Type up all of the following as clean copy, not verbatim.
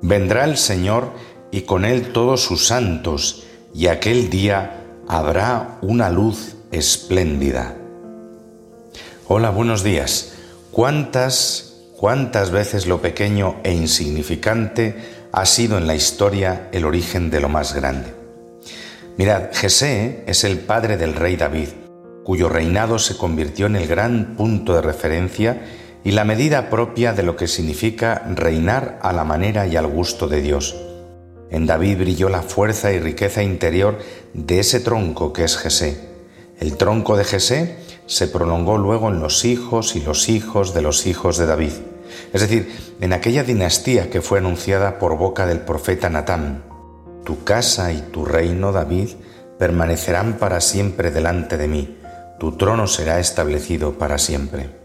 Vendrá el Señor y con él todos sus santos, y aquel día habrá una luz espléndida. Hola, buenos días. ¿Cuántas veces lo pequeño e insignificante ha sido en la historia el origen de lo más grande? Mirad, Jesé es el padre del rey David, cuyo reinado se convirtió en el gran punto de referencia y la medida propia de lo que significa reinar a la manera y al gusto de Dios. En David brilló la fuerza y riqueza interior de ese tronco que es Jesé. El tronco de Jesé se prolongó luego en los hijos y los hijos de los hijos de David, es decir, en aquella dinastía que fue anunciada por boca del profeta Natán. Tu casa y tu reino, David, permanecerán para siempre delante de mí, tu trono será establecido para siempre.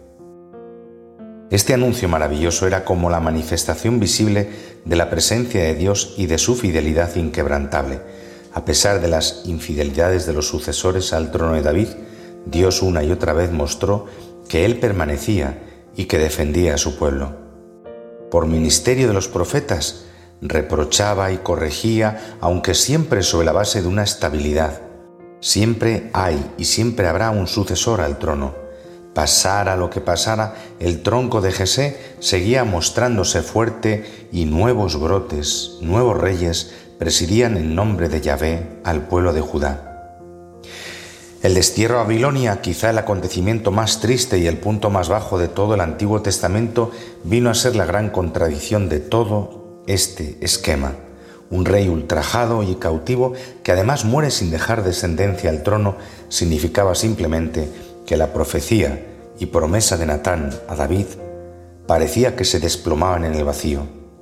Este anuncio maravilloso era como la manifestación visible de la presencia de Dios y de su fidelidad inquebrantable. A pesar de las infidelidades de los sucesores al trono de David, Dios una y otra vez mostró que Él permanecía y que defendía a su pueblo. Por ministerio de los profetas, reprochaba y corregía, aunque siempre sobre la base de una estabilidad. Siempre hay y siempre habrá un sucesor al trono. Pasara lo que pasara, el tronco de Jesé seguía mostrándose fuerte y nuevos brotes, nuevos reyes presidían en nombre de Yahvé al pueblo de Judá. El destierro a Babilonia, quizá el acontecimiento más triste y el punto más bajo de todo el Antiguo Testamento, vino a ser la gran contradicción de todo este esquema. Un rey ultrajado y cautivo que además muere sin dejar descendencia al trono significaba simplemente que la profecía y promesa de Natán a David parecía que se desplomaban en el vacío.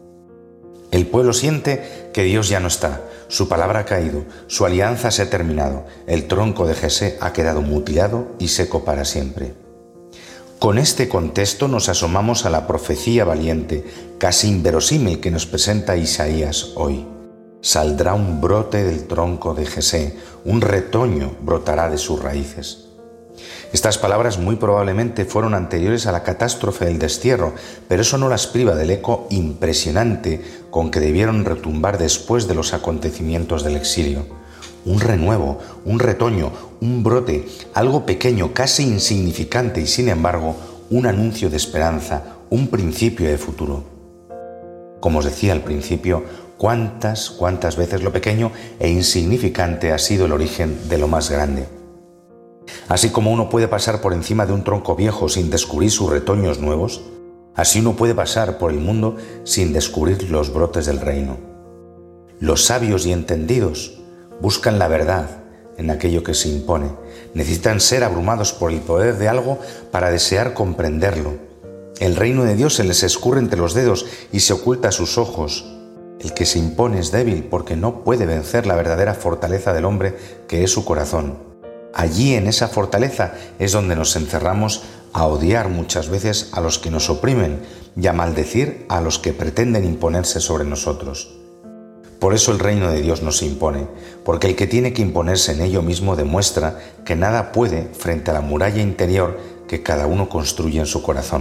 El pueblo siente que Dios ya no está, su palabra ha caído, su alianza se ha terminado, el tronco de Jesé ha quedado mutilado y seco para siempre. Con este contexto nos asomamos a la profecía valiente, casi inverosímil que nos presenta Isaías hoy. Saldrá un brote del tronco de Jesé, un retoño brotará de sus raíces. Estas palabras muy probablemente fueron anteriores a la catástrofe del destierro, pero eso no las priva del eco impresionante con que debieron retumbar después de los acontecimientos del exilio. Un renuevo, un retoño, un brote, algo pequeño, casi insignificante y sin embargo un anuncio de esperanza, un principio de futuro. Como os decía al principio, cuántas veces lo pequeño e insignificante ha sido el origen de lo más grande. Así como uno puede pasar por encima de un tronco viejo sin descubrir sus retoños nuevos, así uno puede pasar por el mundo sin descubrir los brotes del reino. Los sabios y entendidos buscan la verdad en aquello que se impone. Necesitan ser abrumados por el poder de algo para desear comprenderlo. El reino de Dios se les escurre entre los dedos y se oculta a sus ojos. El que se impone es débil porque no puede vencer la verdadera fortaleza del hombre que es su corazón. Allí, en esa fortaleza, es donde nos encerramos a odiar muchas veces a los que nos oprimen y a maldecir a los que pretenden imponerse sobre nosotros. Por eso el reino de Dios no se impone, porque el que tiene que imponerse en ello mismo demuestra que nada puede frente a la muralla interior que cada uno construye en su corazón.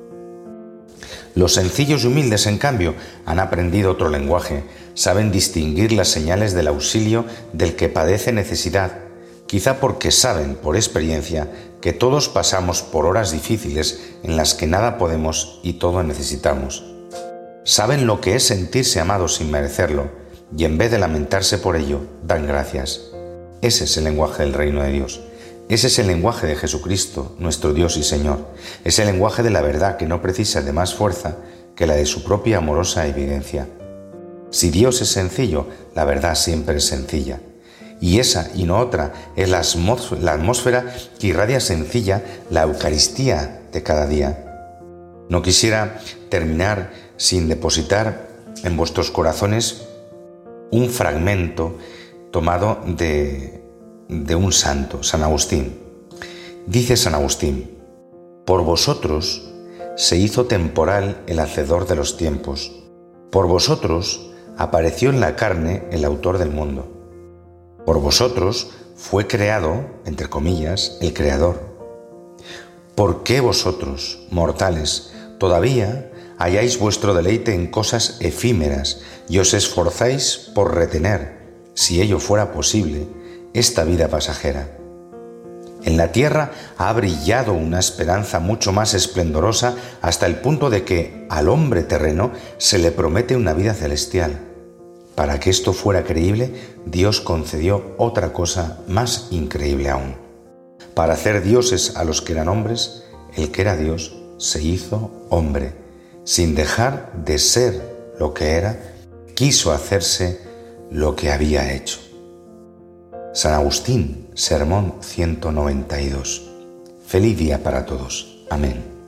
Los sencillos y humildes, en cambio, han aprendido otro lenguaje, saben distinguir las señales del auxilio del que padece necesidad, quizá porque saben, por experiencia, que todos pasamos por horas difíciles en las que nada podemos y todo necesitamos. Saben lo que es sentirse amados sin merecerlo y en vez de lamentarse por ello, dan gracias. Ese es el lenguaje del reino de Dios. Ese es el lenguaje de Jesucristo, nuestro Dios y Señor. Es el lenguaje de la verdad que no precisa de más fuerza que la de su propia amorosa evidencia. Si Dios es sencillo, la verdad siempre es sencilla. Y esa y no otra es la atmósfera que irradia sencilla la Eucaristía de cada día. No quisiera terminar sin depositar en vuestros corazones un fragmento tomado de un santo, San Agustín. Dice San Agustín: por vosotros se hizo temporal el hacedor de los tiempos, por vosotros apareció en la carne el autor del mundo. Por vosotros fue creado, entre comillas, el Creador. ¿Por qué vosotros, mortales, todavía halláis vuestro deleite en cosas efímeras y os esforzáis por retener, si ello fuera posible, esta vida pasajera. En la tierra ha brillado una esperanza mucho más esplendorosa hasta el punto de que al hombre terreno se le promete una vida celestial. Para que esto fuera creíble, Dios concedió otra cosa más increíble aún. Para hacer dioses a los que eran hombres, el que era Dios se hizo hombre. Sin dejar de ser lo que era, quiso hacerse lo que había hecho. San Agustín, Sermón 192. Feliz día para todos. Amén.